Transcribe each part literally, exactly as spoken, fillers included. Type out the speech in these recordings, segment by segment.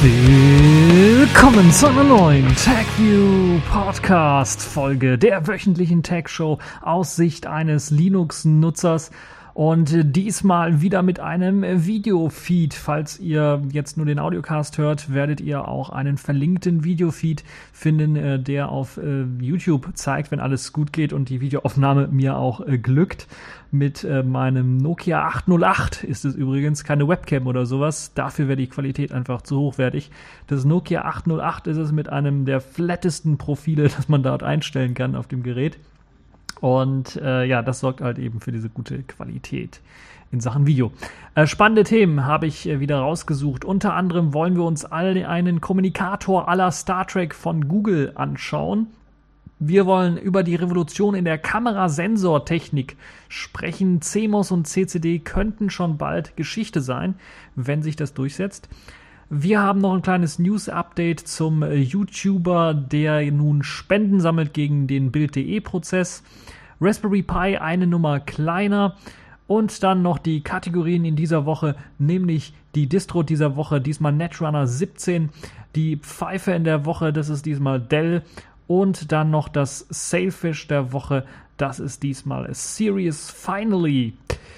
Willkommen zu einer neuen TechView Podcast Folge der wöchentlichen Tech Show aus Sicht eines Linux-Nutzers und diesmal wieder mit einem Videofeed. Falls ihr jetzt nur den Audiocast hört, werdet ihr auch einen verlinkten Videofeed finden, der auf YouTube zeigt, wenn alles gut geht und die Videoaufnahme mir auch glückt. Mit äh, meinem Nokia acht null acht ist es übrigens, keine Webcam oder sowas. Dafür wäre die Qualität einfach zu hochwertig. Das Nokia acht null acht ist es mit einem der flattesten Profile, das man dort einstellen kann auf dem Gerät. Und äh, ja, das sorgt halt eben für diese gute Qualität in Sachen Video. Äh, spannende Themen habe ich äh, wieder rausgesucht. Unter anderem wollen wir uns all einen Kommunikator à la Star Trek von Google anschauen. Wir wollen über die Revolution in der Kamerasensortechnik sprechen. C M O S und C C D könnten schon bald Geschichte sein, wenn sich das durchsetzt. Wir haben noch ein kleines News-Update zum YouTuber, der nun Spenden sammelt gegen den Bild punkt de-Prozess. Raspberry Pi eine Nummer kleiner. Und dann noch die Kategorien in dieser Woche, nämlich die Distro dieser Woche, diesmal Netrunner siebzehn. Die Pfeife in der Woche, das ist diesmal Dell. Und dann noch das Sailfish der Woche, das ist diesmal Sirius Finally.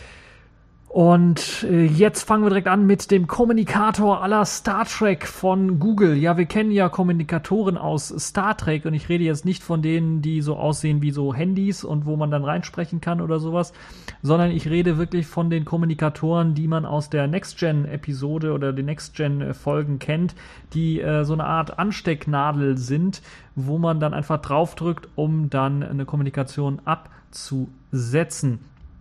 Und äh, jetzt fangen wir direkt an mit dem Kommunikator à la Star Trek von Google. Ja, wir kennen ja Kommunikatoren aus Star Trek und ich rede jetzt nicht von denen, die so aussehen wie so Handys und wo man dann reinsprechen kann oder sowas, sondern ich rede wirklich von den Kommunikatoren, die man aus der Next-Gen-Episode oder den Next-Gen-Folgen kennt, die äh, so eine Art Anstecknadel sind, wo man dann einfach draufdrückt, um dann eine Kommunikation abzusetzen.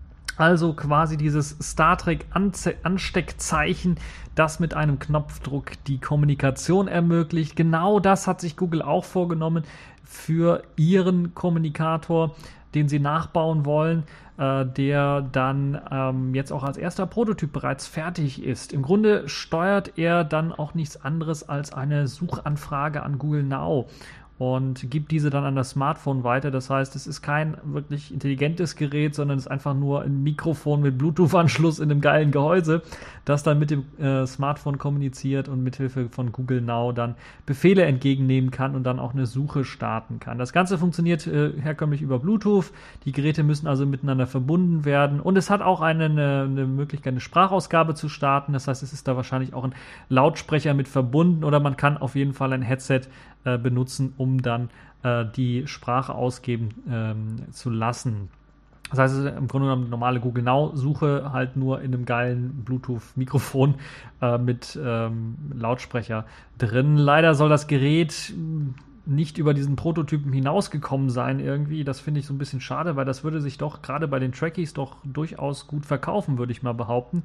Also quasi dieses Star Trek Ansteckzeichen, das mit einem Knopfdruck die Kommunikation ermöglicht. Genau das hat sich Google auch vorgenommen für ihren Kommunikator, den sie nachbauen wollen, äh, der dann ähm, jetzt auch als erster Prototyp bereits fertig ist. Im Grunde steuert er dann auch nichts anderes als eine Suchanfrage an Google Now und gibt diese dann an das Smartphone weiter. Das heißt, es ist kein wirklich intelligentes Gerät, sondern es ist einfach nur ein Mikrofon mit Bluetooth-Anschluss in einem geilen Gehäuse, das dann mit dem äh, Smartphone kommuniziert und mithilfe von Google Now dann Befehle entgegennehmen kann und dann auch eine Suche starten kann. Das Ganze funktioniert äh, herkömmlich über Bluetooth. Die Geräte müssen also miteinander verbunden werden und es hat auch eine, eine, eine Möglichkeit, eine Sprachausgabe zu starten. Das heißt, es ist da wahrscheinlich auch ein Lautsprecher mit verbunden oder man kann auf jeden Fall ein Headset äh, benutzen, um dann äh, die Sprache ausgeben ähm, zu lassen. Das heißt, es ist im Grunde genommen eine normale Google Now-Suche, halt nur in einem geilen Bluetooth-Mikrofon äh, mit ähm, Lautsprecher drin. Leider soll das Gerät nicht über diesen Prototypen hinausgekommen sein irgendwie. Das finde ich so ein bisschen schade, weil das würde sich doch gerade bei den Trekkies doch durchaus gut verkaufen, würde ich mal behaupten.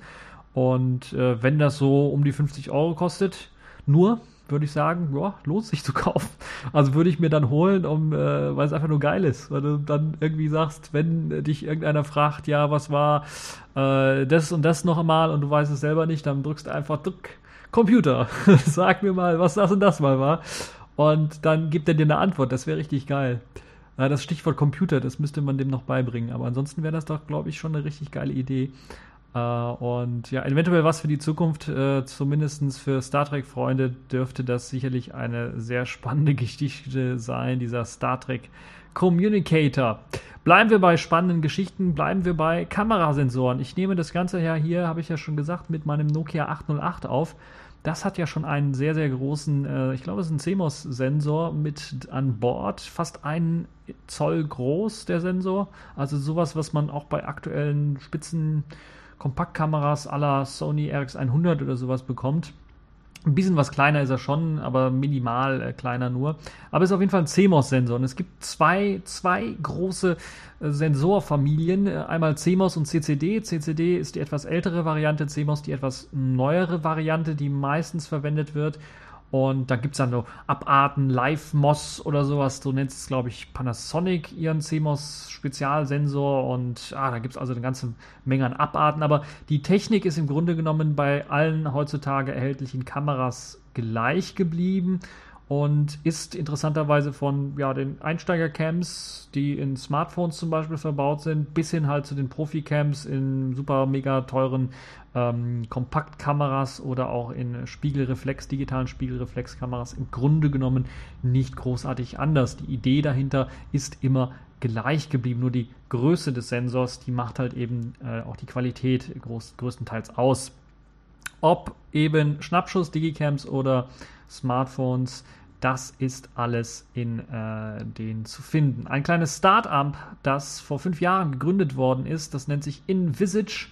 Und äh, wenn das so um die fünfzig Euro kostet, nur, würde ich sagen, ja, lohnt sich zu kaufen. Also würde ich mir dann holen, um, äh, weil es einfach nur geil ist. Weil du dann irgendwie sagst, wenn dich irgendeiner fragt, ja, was war äh, das und das noch einmal und du weißt es selber nicht, dann drückst du einfach drück, Computer, sag mir mal, was das und das mal war. Und dann gibt er dir eine Antwort. Das wäre richtig geil. Äh, das Stichwort Computer, das müsste man dem noch beibringen. Aber ansonsten wäre das doch, glaube ich, schon eine richtig geile Idee. Uh, und ja, eventuell was für die Zukunft, uh, zumindest für Star Trek-Freunde dürfte das sicherlich eine sehr spannende Geschichte sein, dieser Star Trek Communicator. Bleiben wir bei spannenden Geschichten, bleiben wir bei Kamerasensoren. Ich nehme das Ganze ja hier, habe ich ja schon gesagt, mit meinem Nokia acht null acht auf. Das hat ja schon einen sehr, sehr großen, äh, ich glaube, es ist ein C M O S-Sensor mit an Bord, fast einen Zoll groß, der Sensor. Also sowas, was man auch bei aktuellen Spitzen Kompaktkameras à la Sony R X hundert oder sowas bekommt. Ein bisschen was kleiner ist er schon, aber minimal äh, kleiner nur. Aber es ist auf jeden Fall ein C M O S-Sensor. Und es gibt zwei, zwei große äh, Sensorfamilien. Einmal C M O S und C C D. C C D ist die etwas ältere Variante, C M O S die etwas neuere Variante, die meistens verwendet wird. Und da gibt es dann so Abarten, Live-M O S oder sowas, so nennt es, glaube ich, Panasonic, ihren C M O S-Spezialsensor. Und ah, da gibt es also eine ganze Menge an Abarten. Aber die Technik ist im Grunde genommen bei allen heutzutage erhältlichen Kameras gleich geblieben. und ist interessanterweise von ja, den Einsteiger-Cams, die in Smartphones zum Beispiel verbaut sind, bis hin halt zu den Profi-Cams in super mega teuren ähm, Kompaktkameras oder auch in Spiegelreflex, digitalen Spiegelreflexkameras im Grunde genommen nicht großartig anders. Die Idee dahinter ist immer gleich geblieben, nur die Größe des Sensors, die macht halt eben äh, auch die Qualität groß, größtenteils aus. Ob eben Schnappschuss, Digicams oder Smartphones, das ist alles in äh, denen zu finden. Ein kleines Start-up, das vor fünf Jahren gegründet worden ist, das nennt sich InVisage.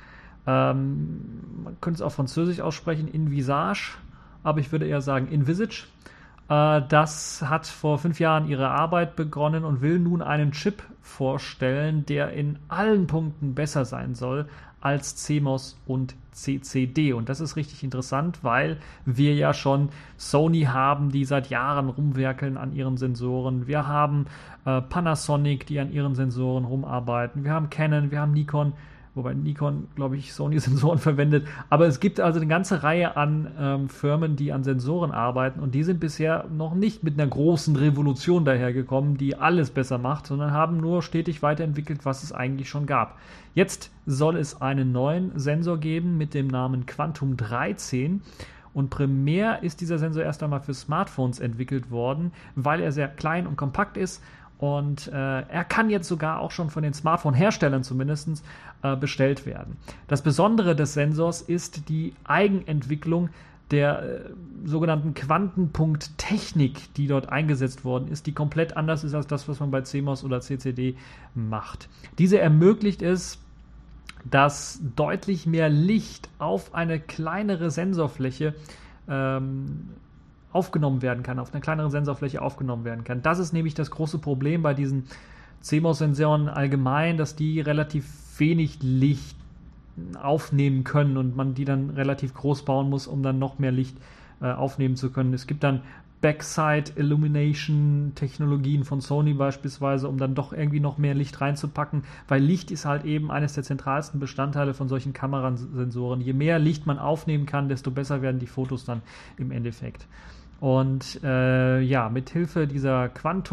Ähm, man könnte es auch französisch aussprechen, InVisage, aber ich würde eher sagen InVisage. Äh, das hat vor fünf Jahren ihre Arbeit begonnen und will nun einen Chip vorstellen, der in allen Punkten besser sein soll als C M O S und C C D. Und das ist richtig interessant, weil wir ja schon Sony haben, die seit Jahren rumwerkeln an ihren Sensoren. Wir haben äh, Panasonic, die an ihren Sensoren rumarbeiten. Wir haben Canon, wir haben Nikon, wobei Nikon, glaube ich, Sony-Sensoren verwendet. Aber es gibt also eine ganze Reihe an ähm, Firmen, die an Sensoren arbeiten und die sind bisher noch nicht mit einer großen Revolution dahergekommen, die alles besser macht, sondern haben nur stetig weiterentwickelt, was es eigentlich schon gab. Jetzt soll es einen neuen Sensor geben mit dem Namen Quantum dreizehn. Und primär ist dieser Sensor erst einmal für Smartphones entwickelt worden, weil er sehr klein und kompakt ist. Und äh, er kann jetzt sogar auch schon von den Smartphone-Herstellern zumindest äh, bestellt werden. Das Besondere des Sensors ist die Eigenentwicklung der äh, sogenannten Quantenpunkttechnik, die dort eingesetzt worden ist, die komplett anders ist als das, was man bei C M O S oder C C D macht. Diese ermöglicht es, dass deutlich mehr Licht auf eine kleinere Sensorfläche ähm, aufgenommen werden kann, auf einer kleineren Sensorfläche aufgenommen werden kann. Das ist nämlich das große Problem bei diesen C M O S-Sensoren allgemein, dass die relativ wenig Licht aufnehmen können und man die dann relativ groß bauen muss, um dann noch mehr Licht äh, aufnehmen zu können. Es gibt dann Backside Illumination Technologien von Sony beispielsweise, um dann doch irgendwie noch mehr Licht reinzupacken, weil Licht ist halt eben eines der zentralsten Bestandteile von solchen Kamerasensoren. Je mehr Licht man aufnehmen kann, desto besser werden die Fotos dann im Endeffekt. Und äh, ja, mit Hilfe dieser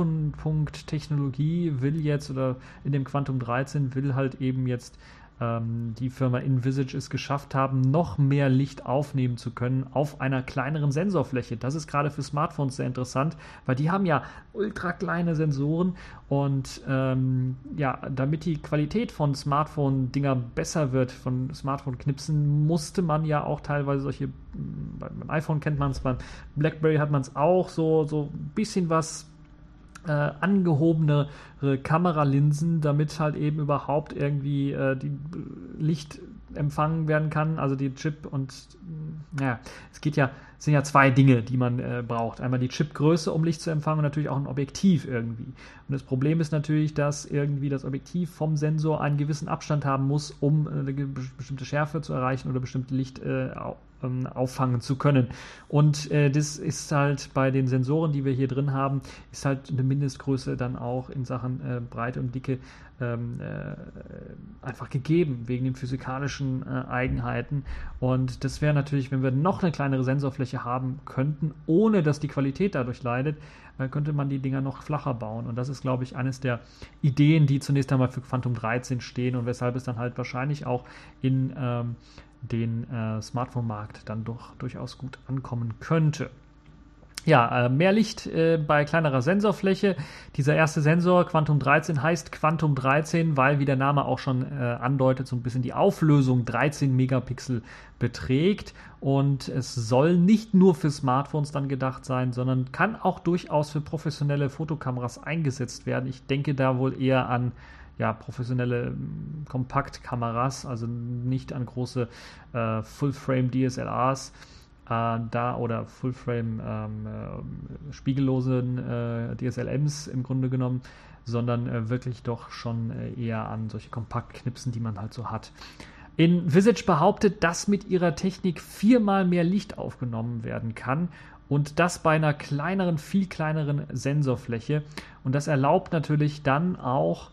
Quantenpunkt-Technologie will jetzt, oder in dem Quantum dreizehn will halt eben jetzt ähm, die Firma InVisage es geschafft haben, noch mehr Licht aufnehmen zu können auf einer kleineren Sensorfläche. Das ist gerade für Smartphones sehr interessant, weil die haben ja ultra kleine Sensoren und ähm, ja, damit die Qualität von Smartphone-Dinger besser wird, von Smartphone-Knipsen, musste man ja auch teilweise solche, beim iPhone kennt man es, beim BlackBerry hat man es auch, so, so ein bisschen was Äh, angehobene Kameralinsen, damit halt eben überhaupt irgendwie äh, die Licht empfangen werden kann, also die Chip und ja, es geht ja, es sind ja zwei Dinge, die man äh, braucht. Einmal die Chipgröße, um Licht zu empfangen und natürlich auch ein Objektiv irgendwie. Und das Problem ist natürlich, dass irgendwie das Objektiv vom Sensor einen gewissen Abstand haben muss, um eine bestimmte Schärfe zu erreichen oder bestimmte Licht äh, auffangen zu können. Und äh, das ist halt bei den Sensoren, die wir hier drin haben, ist halt eine Mindestgröße dann auch in Sachen äh, Breite und Dicke ähm, äh, einfach gegeben, wegen den physikalischen äh, Eigenheiten. Und das wäre natürlich, wenn wir noch eine kleinere Sensorfläche haben könnten, ohne dass die Qualität dadurch leidet, äh, könnte man die Dinger noch flacher bauen. Und das ist, glaube ich, eines der Ideen, die zunächst einmal für Quantum dreizehn stehen und weshalb es dann halt wahrscheinlich auch in ähm, den äh, Smartphone-Markt dann doch durchaus gut ankommen könnte. Ja, äh, mehr Licht äh, bei kleinerer Sensorfläche. Dieser erste Sensor, Quantum dreizehn, heißt Quantum dreizehn, weil, wie der Name auch schon äh, andeutet, so ein bisschen die Auflösung dreizehn Megapixel beträgt. Und es soll nicht nur für Smartphones dann gedacht sein, sondern kann auch durchaus für professionelle Fotokameras eingesetzt werden. Ich denke da wohl eher an ja, professionelle Kompaktkameras, also nicht an große äh, Full-Frame-D S L Rs äh, da oder Full-Frame ähm, äh, spiegellosen äh, D S L Ms im Grunde genommen, sondern äh, wirklich doch schon äh, eher an solche Kompaktknipsen, die man halt so hat. InVisage behauptet, dass mit ihrer Technik viermal mehr Licht aufgenommen werden kann und das bei einer kleineren, viel kleineren Sensorfläche. Und das erlaubt natürlich dann auch,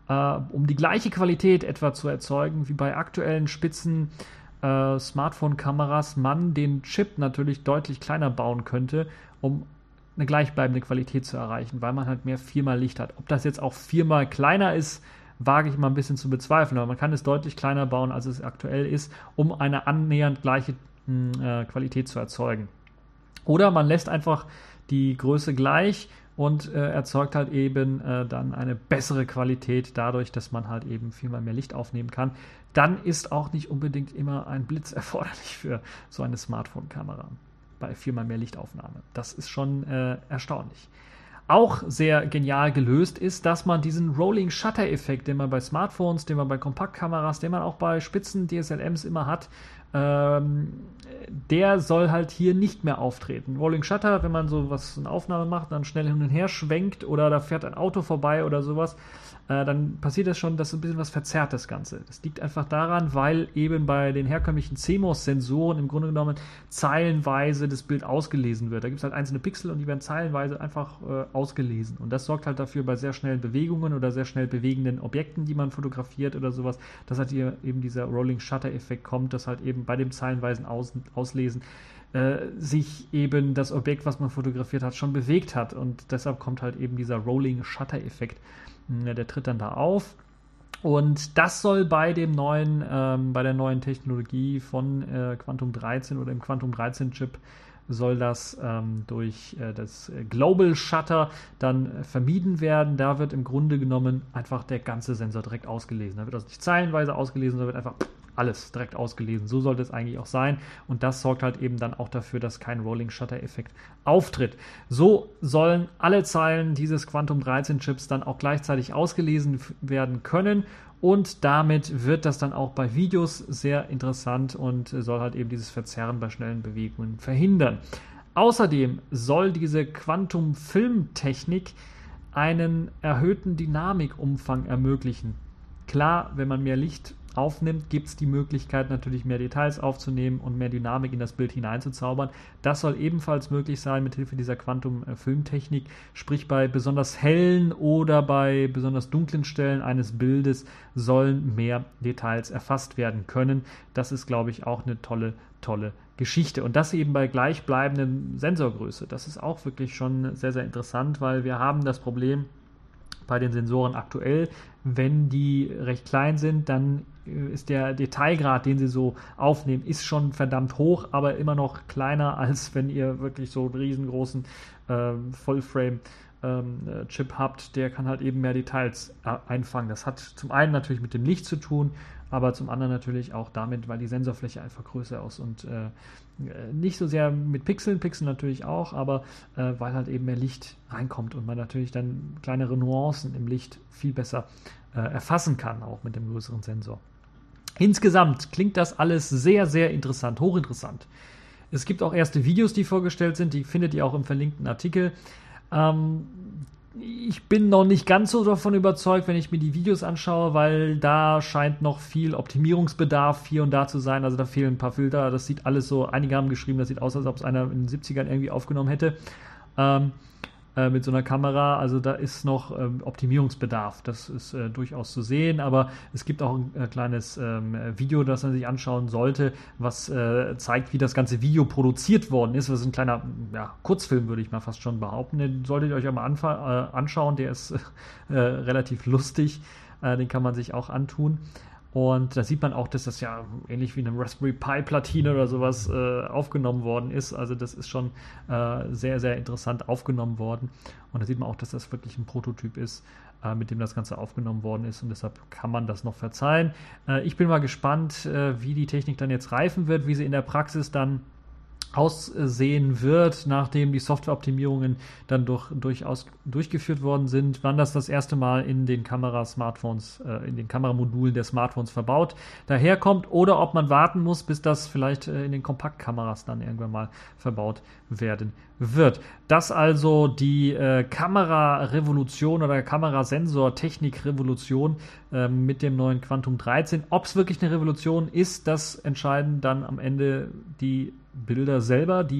um die gleiche Qualität etwa zu erzeugen wie bei aktuellen spitzen äh, Smartphone-Kameras, man den Chip natürlich deutlich kleiner bauen könnte, um eine gleichbleibende Qualität zu erreichen, weil man halt mehr viermal Licht hat. Ob das jetzt auch viermal kleiner ist, wage ich mal ein bisschen zu bezweifeln, aber man kann es deutlich kleiner bauen, als es aktuell ist, um eine annähernd gleiche äh, Qualität zu erzeugen. Oder man lässt einfach die Größe gleich und äh, erzeugt halt eben äh, dann eine bessere Qualität dadurch, dass man halt eben viermal mehr Licht aufnehmen kann. Dann ist auch nicht unbedingt immer ein Blitz erforderlich für so eine Smartphone-Kamera bei viermal mehr Lichtaufnahme. Das ist schon äh, erstaunlich. Auch sehr genial gelöst ist, dass man diesen Rolling-Shutter-Effekt, den man bei Smartphones, den man bei Kompaktkameras, den man auch bei spitzen D S L Ms immer hat, ähm, der soll halt hier nicht mehr auftreten. Rolling Shutter, wenn man so was, eine Aufnahme macht, dann schnell hin und her schwenkt oder da fährt ein Auto vorbei oder sowas, äh, dann passiert das schon, dass ein bisschen was verzerrt, das Ganze. Das liegt einfach daran, weil eben bei den herkömmlichen C M O S-Sensoren im Grunde genommen zeilenweise das Bild ausgelesen wird. Da gibt es halt einzelne Pixel und die werden zeilenweise einfach äh, ausgelesen. Und das sorgt halt dafür bei sehr schnellen Bewegungen oder sehr schnell bewegenden Objekten, die man fotografiert oder sowas, dass halt hier eben dieser Rolling Shutter-Effekt kommt, dass halt eben bei dem zeilenweisen Aus Auslesen äh, sich eben das Objekt, was man fotografiert hat, schon bewegt hat. Und deshalb kommt halt eben dieser Rolling Shutter-Effekt. Der tritt dann da auf. Und das soll bei dem neuen, ähm, bei der neuen Technologie von äh, Quantum dreizehn oder im Quantum dreizehn Chip soll das ähm, durch äh, das Global Shutter dann äh, vermieden werden. Da wird im Grunde genommen einfach der ganze Sensor direkt ausgelesen. Da wird also nicht zeilenweise ausgelesen, sondern wird einfach alles direkt ausgelesen. So sollte es eigentlich auch sein. Und das sorgt halt eben dann auch dafür, dass kein Rolling Shutter Effekt auftritt. So sollen alle Zeilen dieses Quantum dreizehn Chips dann auch gleichzeitig ausgelesen werden können. Und damit wird das dann auch bei Videos sehr interessant und soll halt eben dieses Verzerren bei schnellen Bewegungen verhindern. Außerdem soll diese Quantum-Filmtechnik einen erhöhten Dynamikumfang ermöglichen. Klar, wenn man mehr Licht aufnimmt, gibt es die Möglichkeit, natürlich mehr Details aufzunehmen und mehr Dynamik in das Bild hineinzuzaubern. Das soll ebenfalls möglich sein mit Hilfe dieser Quantum-Filmtechnik, sprich bei besonders hellen oder bei besonders dunklen Stellen eines Bildes sollen mehr Details erfasst werden können. Das ist, glaube ich, auch eine tolle, tolle Geschichte. Und das eben bei gleichbleibenden Sensorgröße. Das ist auch wirklich schon sehr, sehr interessant, weil wir haben das Problem bei den Sensoren aktuell, wenn die recht klein sind, dann ist der Detailgrad, den sie so aufnehmen, ist schon verdammt hoch, aber immer noch kleiner, als wenn ihr wirklich so einen riesengroßen äh, Vollframe ähm, Chip habt, der kann halt eben mehr Details äh, einfangen. Das hat zum einen natürlich mit dem Licht zu tun, aber zum anderen natürlich auch damit, weil die Sensorfläche einfach größer ist und äh, nicht so sehr mit Pixeln, Pixeln natürlich auch, aber äh, weil halt eben mehr Licht reinkommt und man natürlich dann kleinere Nuancen im Licht viel besser äh, erfassen kann, auch mit dem größeren Sensor. Insgesamt klingt das alles sehr, sehr interessant, hochinteressant. Es gibt auch erste Videos, die vorgestellt sind, die findet ihr auch im verlinkten Artikel. Ähm, Ich bin noch nicht ganz so davon überzeugt, wenn ich mir die Videos anschaue, weil da scheint noch viel Optimierungsbedarf hier und da zu sein. Also da fehlen ein paar Filter. Das sieht alles so, einige haben geschrieben, das sieht aus, als ob es einer in den siebzigern irgendwie aufgenommen hätte. Ähm, äh, mit so einer Kamera. Also da ist noch ähm, Optimierungsbedarf. Das ist äh, durchaus zu sehen. Aber es gibt auch ein äh, kleines ähm, Video, das man sich anschauen sollte, was äh, zeigt, wie das ganze Video produziert worden ist. Das ist ein kleiner ja, Kurzfilm, würde ich mal fast schon behaupten. Den solltet ihr euch auch mal anfa- äh, anschauen. Der ist äh, relativ lustig. Äh, den kann man sich auch antun. Und da sieht man auch, dass das ja ähnlich wie eine Raspberry Pi Platine oder sowas äh, aufgenommen worden ist. Also das ist schon äh, sehr, sehr interessant aufgenommen worden. Und da sieht man auch, dass das wirklich ein Prototyp ist, äh, mit dem das Ganze aufgenommen worden ist. Und deshalb kann man das noch verzeihen. Äh, ich bin mal gespannt, äh, wie die Technik dann jetzt reifen wird, wie sie in der Praxis dann aussehen wird, nachdem die Softwareoptimierungen dann durch, durchaus durchgeführt worden sind, wann das das erste Mal in den Kamera-Smartphones, äh, in den Kameramodulen der Smartphones verbaut daherkommt oder ob man warten muss, bis das vielleicht äh, in den Kompaktkameras dann irgendwann mal verbaut werden wird. Das also die äh, Kamerarevolution oder Kamerasensor-Technik-Revolution äh, mit dem neuen Quantum dreizehn. Ob es wirklich eine Revolution ist, das entscheiden dann am Ende die Bilder selber, die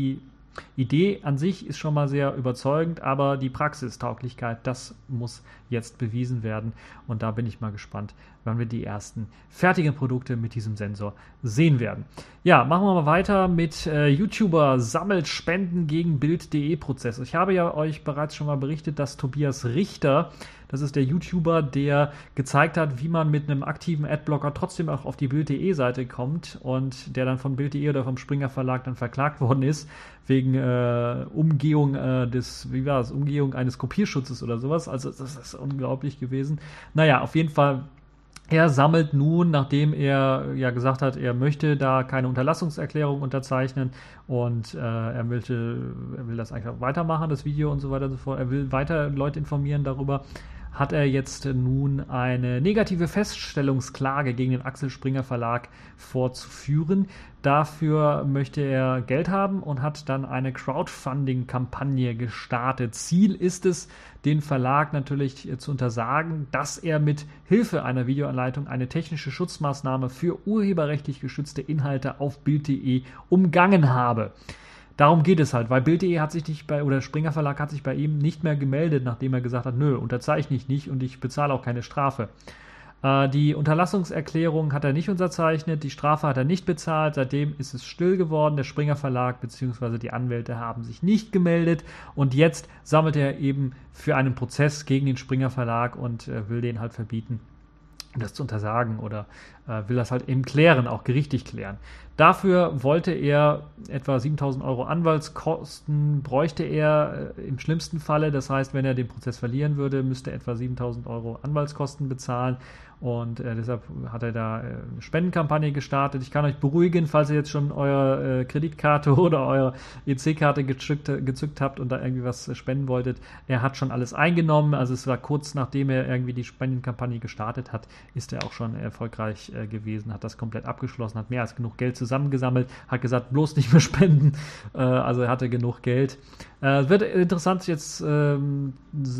Idee an sich ist schon mal sehr überzeugend, aber die Praxistauglichkeit, das muss jetzt bewiesen werden. Und da bin ich mal gespannt, wann wir die ersten fertigen Produkte mit diesem Sensor sehen werden. Ja, machen wir mal weiter mit äh, YouTuber sammelt Spenden gegen Bild Punkt de Prozess. Ich habe ja euch bereits schon mal berichtet, dass Tobias Richter, das ist der YouTuber, der gezeigt hat, wie man mit einem aktiven Adblocker trotzdem auch auf die Bild Punkt de Seite kommt und der dann von Bild Punkt de oder vom Springer Verlag dann verklagt worden ist wegen äh, Umgehung äh, des, wie war es, Umgehung eines Kopierschutzes oder sowas. Also das ist unglaublich gewesen. Naja, auf jeden Fall. Er sammelt nun, nachdem er ja gesagt hat, er möchte da keine Unterlassungserklärung unterzeichnen und äh, er, möchte, er will das einfach weitermachen, das Video und so weiter und so fort. Er will weiter Leute informieren darüber. Hat er jetzt nun eine negative Feststellungsklage gegen den Axel Springer Verlag vorzuführen. Dafür möchte er Geld haben und hat dann eine Crowdfunding-Kampagne gestartet. Ziel ist es, den Verlag natürlich zu untersagen, dass er mit Hilfe einer Videoanleitung eine technische Schutzmaßnahme für urheberrechtlich geschützte Inhalte auf Bild Punkt de umgangen habe. Darum geht es halt, weil Bild Punkt de hat sich nicht bei, oder Springer Verlag hat sich bei ihm nicht mehr gemeldet, nachdem er gesagt hat, nö, unterzeichne ich nicht und ich bezahle auch keine Strafe. Äh, die Unterlassungserklärung hat er nicht unterzeichnet, die Strafe hat er nicht bezahlt, seitdem ist es still geworden, der Springer Verlag bzw. die Anwälte haben sich nicht gemeldet und jetzt sammelt er eben für einen Prozess gegen den Springer Verlag und äh, will den halt verbieten, das zu untersagen oder äh, will das halt eben klären, auch gerichtlich klären. Dafür wollte er etwa siebentausend Euro Anwaltskosten, bräuchte er äh, im schlimmsten Falle. Das heißt, wenn er den Prozess verlieren würde, müsste er etwa siebentausend Euro Anwaltskosten bezahlen. Und äh, deshalb hat er da äh, eine Spendenkampagne gestartet. Ich kann euch beruhigen, falls ihr jetzt schon eure äh, Kreditkarte oder eure E C-Karte gezückt, gezückt habt und da irgendwie was äh, spenden wolltet. Er hat schon alles eingenommen. Also es war kurz nachdem er irgendwie die Spendenkampagne gestartet hat, ist er auch schon erfolgreich äh, gewesen, hat das komplett abgeschlossen, hat mehr als genug Geld zusammengesammelt, hat gesagt, bloß nicht mehr spenden. Äh, also er hatte genug Geld. Es äh, wird interessant jetzt ähm,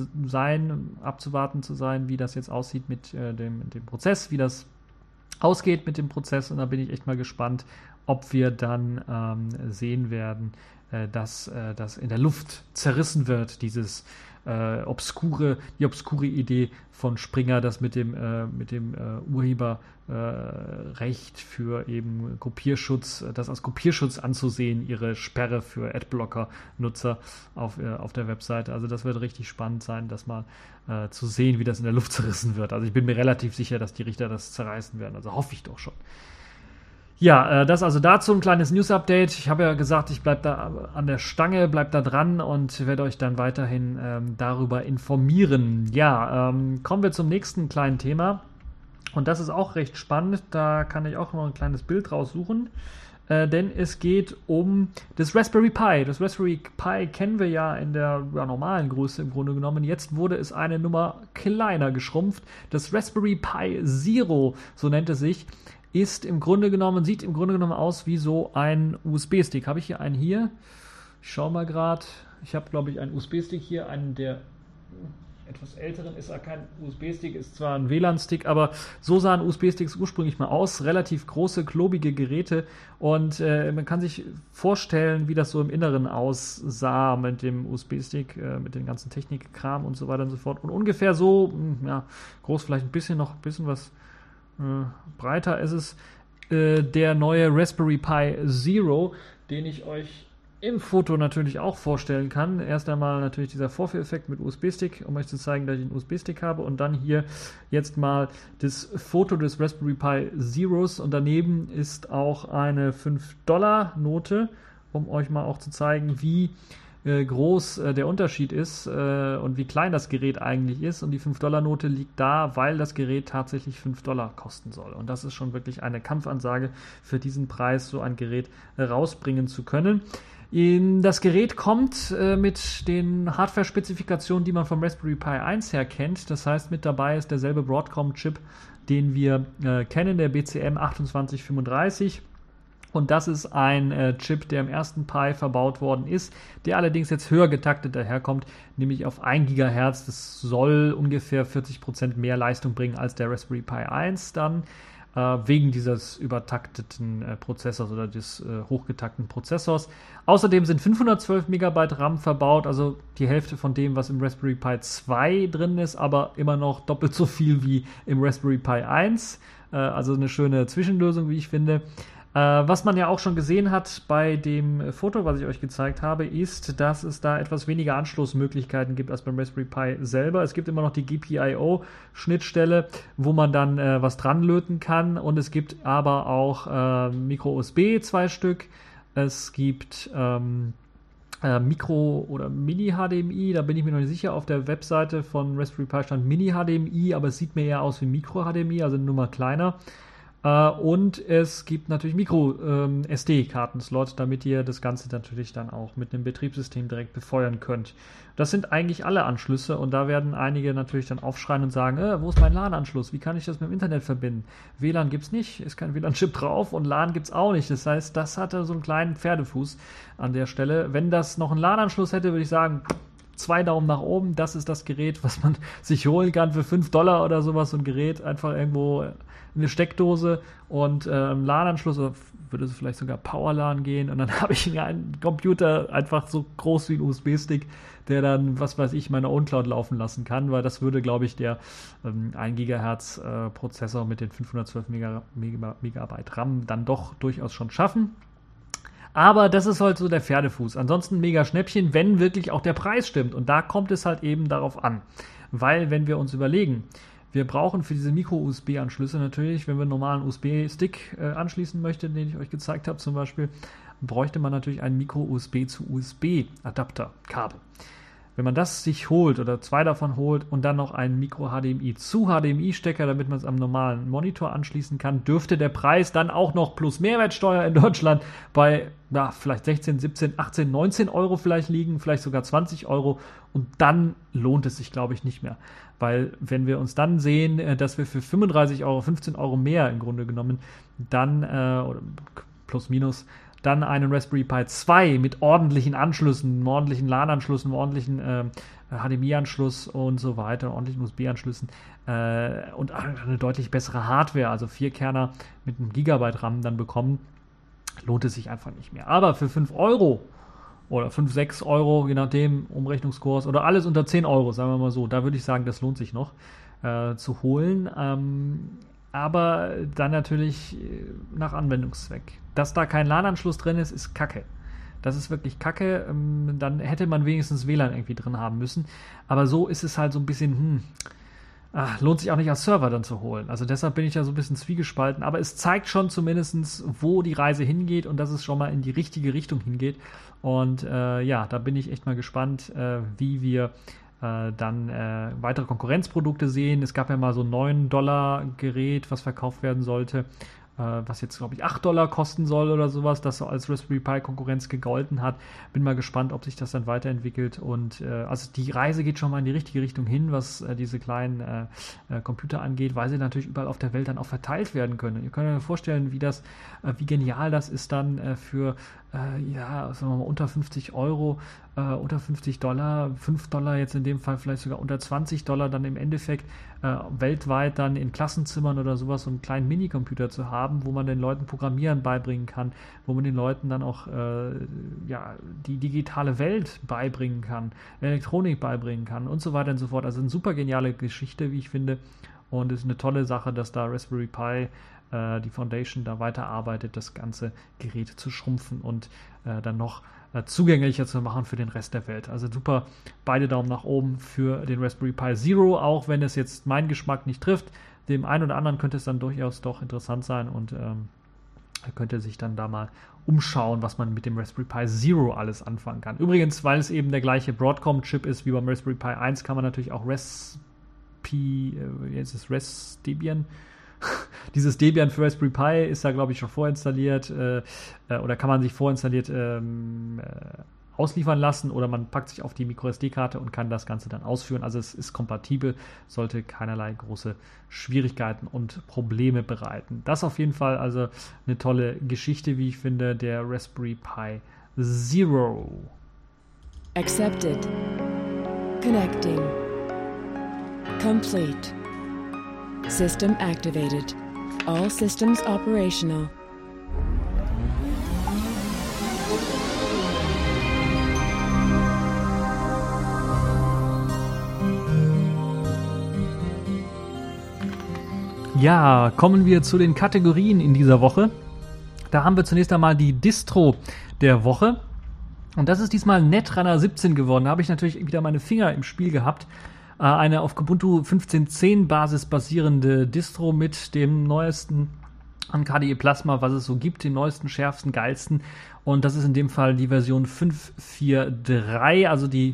sein, abzuwarten zu sein, wie das jetzt aussieht mit äh, dem, dem Prozess, wie das ausgeht mit dem Prozess. Und da bin ich echt mal gespannt, ob wir dann ähm, sehen werden, äh, dass äh, das in der Luft zerrissen wird, dieses äh, obskure, die obskure Idee von Springer, das mit dem, äh, mit dem äh, Urheberrecht äh, für eben Kopierschutz, das als Kopierschutz anzusehen, ihre Sperre für Adblocker-Nutzer auf, äh, auf der Webseite. Also das wird richtig spannend sein, das mal äh, zu sehen, wie das in der Luft zerrissen wird. Also ich bin mir relativ sicher, dass die Richter das zerreißen werden. Also hoffe ich doch schon. Ja, äh, das also dazu ein kleines News-Update. Ich habe ja gesagt, ich bleibe da an der Stange, bleibe da dran und werde euch dann weiterhin ähm, darüber informieren. Ja, ähm, kommen wir zum nächsten kleinen Thema. Und das ist auch recht spannend. Da kann ich auch noch ein kleines Bild raussuchen. Äh, denn es geht um das Raspberry Pi. Das Raspberry Pi kennen wir ja in der ja, normalen Größe im Grunde genommen. Jetzt wurde es eine Nummer kleiner geschrumpft. Das Raspberry Pi Zero, so nennt es sich, ist im Grunde genommen, sieht im Grunde genommen aus wie so ein U S B-Stick. Habe ich hier einen hier? Ich schaue mal gerade. Ich habe, glaube ich, einen U S B-Stick hier, einen der etwas älteren ist er kein U S B-Stick, ist zwar ein W L A N-Stick, aber so sahen U S B-Sticks ursprünglich mal aus. Relativ große, klobige Geräte und äh, man kann sich vorstellen, wie das so im Inneren aussah mit dem U S B-Stick, äh, mit dem ganzen Technikkram und so weiter und so fort. Und ungefähr so, mh, ja, groß vielleicht ein bisschen noch, ein bisschen was äh, breiter ist es, äh, der neue Raspberry Pi Zero, den ich euch im Foto natürlich auch vorstellen kann. Erst einmal natürlich dieser Vorführeffekt mit U S B-Stick, um euch zu zeigen, dass ich einen U S B-Stick habe. Und dann hier jetzt mal das Foto des Raspberry Pi Zeros. Und daneben ist auch eine fünf Dollar Note, um euch mal auch zu zeigen, wie äh, groß äh, der Unterschied ist äh, und wie klein das Gerät eigentlich ist. Und die fünf Dollar Note liegt da, weil das Gerät tatsächlich fünf Dollar kosten soll. Und das ist schon wirklich eine Kampfansage, für diesen Preis so ein Gerät äh, rausbringen zu können. Das Gerät kommt äh, mit den Hardware-Spezifikationen, die man vom Raspberry Pi eins her kennt. Das heißt, mit dabei ist derselbe Broadcom-Chip, den wir äh, kennen, der B C M achtundzwanzig fünfunddreißig. Und das ist ein äh, Chip, der im ersten Pi verbaut worden ist, der allerdings jetzt höher getaktet daherkommt, nämlich auf ein Gigahertz. Das soll ungefähr vierzig Prozent mehr Leistung bringen als der Raspberry Pi eins dann. äh, wegen dieses übertakteten äh, Prozessors oder des äh, hochgetakteten Prozessors. Außerdem sind fünfhundertzwölf Megabyte RAM verbaut, also die Hälfte von dem, was im Raspberry Pi zwei drin ist, aber immer noch doppelt so viel wie im Raspberry Pi eins. Äh, also eine schöne Zwischenlösung, wie ich finde. Äh, was man ja auch schon gesehen hat bei dem Foto, was ich euch gezeigt habe, ist, dass es da etwas weniger Anschlussmöglichkeiten gibt als beim Raspberry Pi selber. Es gibt immer noch die G P I O-Schnittstelle, wo man dann äh, was dran löten kann, und es gibt aber auch äh, Micro-U S B zwei Stück. Es gibt ähm, äh, Micro- oder Mini-H D M I, da bin ich mir noch nicht sicher. Auf der Webseite von Raspberry Pi stand Mini-H D M I, aber es sieht mir eher aus wie Micro-H D M I, also eine Nummer kleiner. Uh, und es gibt natürlich Micro-S D-Kartenslot, ähm, damit ihr das Ganze natürlich dann auch mit einem Betriebssystem direkt befeuern könnt. Das sind eigentlich alle Anschlüsse, und da werden einige natürlich dann aufschreien und sagen, äh, wo ist mein LAN-Anschluss? Wie kann ich das mit dem Internet verbinden? W L A N gibt es nicht, ist kein W L A N-Chip drauf, und LAN gibt es auch nicht. Das heißt, das hatte so einen kleinen Pferdefuß an der Stelle. Wenn das noch einen LAN-Anschluss hätte, würde ich sagen, zwei Daumen nach oben. Das ist das Gerät, was man sich holen kann für fünf Dollar oder sowas. So ein Gerät, einfach irgendwo eine Steckdose und äh, einen LAN-Anschluss, oder würde es vielleicht sogar Power-LAN gehen, und dann habe ich einen Computer einfach so groß wie ein U S B-Stick, der dann, was weiß ich, meine OwnCloud laufen lassen kann, weil das würde, glaube ich, der ähm, ein Gigahertz äh, Prozessor mit den fünfhundertzwölf Mega, Mega, Megabyte RAM dann doch durchaus schon schaffen. Aber das ist halt so der Pferdefuß. Ansonsten mega Schnäppchen, wenn wirklich auch der Preis stimmt. Und da kommt es halt eben darauf an. Weil, wenn wir uns überlegen, wir brauchen für diese Micro-U S B-Anschlüsse natürlich, wenn wir einen normalen U S B-Stick äh, anschließen möchten, den ich euch gezeigt habe zum Beispiel, bräuchte man natürlich einen Micro-U S B zu U S B-Adapter-Kabel. Wenn man das sich holt oder zwei davon holt und dann noch einen Micro-H D M I zu H D M I-Stecker, damit man es am normalen Monitor anschließen kann, dürfte der Preis dann auch noch plus Mehrwertsteuer in Deutschland bei ja, vielleicht sechzehn, siebzehn, achtzehn, neunzehn Euro vielleicht liegen, vielleicht sogar zwanzig Euro, und dann lohnt es sich, glaube ich, nicht mehr. Weil wenn wir uns dann sehen, dass wir für fünfunddreißig Euro, fünfzehn Euro mehr im Grunde genommen dann, äh, oder plus minus, dann einen Raspberry Pi zwei mit ordentlichen Anschlüssen, einem ordentlichen LAN-Anschluss, einem ordentlichen äh, H D M I-Anschluss und so weiter, ordentlichen U S B-Anschlüssen äh, und eine deutlich bessere Hardware, also vier Kerner mit einem Gigabyte RAM dann bekommen, lohnt es sich einfach nicht mehr. Aber für fünf Euro oder fünf, sechs Euro, je nachdem, Umrechnungskurs, oder alles unter zehn Euro, sagen wir mal so, da würde ich sagen, das lohnt sich noch äh, zu holen. Ähm, aber dann natürlich nach Anwendungszweck. Dass da kein LAN-Anschluss drin ist, ist Kacke. Das ist wirklich Kacke. Ähm, dann hätte man wenigstens W L A N irgendwie drin haben müssen. Aber so ist es halt so ein bisschen, hm, ach, lohnt sich auch nicht als Server dann zu holen. Also deshalb bin ich ja so ein bisschen zwiegespalten. Aber es zeigt schon zumindest, wo die Reise hingeht und dass es schon mal in die richtige Richtung hingeht. Und äh, ja, da bin ich echt mal gespannt, äh, wie wir äh, dann äh, weitere Konkurrenzprodukte sehen. Es gab ja mal so ein neun Dollar Gerät, was verkauft werden sollte, was jetzt, glaube ich, acht Dollar kosten soll oder sowas, das so als Raspberry Pi Konkurrenz gegolten hat. Bin mal gespannt, ob sich das dann weiterentwickelt. Und äh, also die Reise geht schon mal in die richtige Richtung hin, was äh, diese kleinen äh, äh, Computer angeht, weil sie natürlich überall auf der Welt dann auch verteilt werden können. Ihr könnt euch vorstellen, wie das, äh, wie genial das ist dann äh, für äh, ja, sagen wir mal, unter fünfzig Euro, äh, unter fünfzig Dollar, fünf Dollar jetzt in dem Fall vielleicht sogar unter zwanzig Dollar dann im Endeffekt äh, weltweit dann in Klassenzimmern oder sowas so einen kleinen Minicomputer zu haben, wo man den Leuten Programmieren beibringen kann, wo man den Leuten dann auch äh, ja, die digitale Welt beibringen kann, Elektronik beibringen kann und so weiter und so fort. Also eine super geniale Geschichte, wie ich finde, und es ist eine tolle Sache, dass da Raspberry Pi, äh, die Foundation, da weiterarbeitet, das ganze Gerät zu schrumpfen und äh, dann noch äh, zugänglicher zu machen für den Rest der Welt. Also super, beide Daumen nach oben für den Raspberry Pi Zero, auch wenn es jetzt meinen Geschmack nicht trifft. Dem einen oder anderen könnte es dann durchaus doch interessant sein, und ähm, er könnte sich dann da mal umschauen, was man mit dem Raspberry Pi Zero alles anfangen kann. Übrigens, weil es eben der gleiche Broadcom-Chip ist wie beim Raspberry Pi eins, kann man natürlich auch Raspi, äh, jetzt ist Res Debian. Dieses Debian für Raspberry Pi ist da, glaube ich, schon vorinstalliert äh, äh, oder kann man sich vorinstalliert ähm, äh, ausliefern lassen, oder man packt sich auf die Micro S D-Karte und kann das Ganze dann ausführen. Also es ist kompatibel, sollte keinerlei große Schwierigkeiten und Probleme bereiten. Das auf jeden Fall also eine tolle Geschichte, wie ich finde, der Raspberry Pi Zero. Accepted. Connecting. Complete. System activated. All systems operational. Ja, kommen wir zu den Kategorien in dieser Woche. Da haben wir zunächst einmal die Distro der Woche. Und das ist diesmal Netrunner siebzehn geworden. Da habe ich natürlich wieder meine Finger im Spiel gehabt. Äh, eine auf Kubuntu fünfzehn Punkt zehn Basis basierende Distro mit dem neuesten an K D E Plasma, was es so gibt, den neuesten, schärfsten, geilsten. Und das ist in dem Fall die Version fünf Punkt vier Punkt drei, also die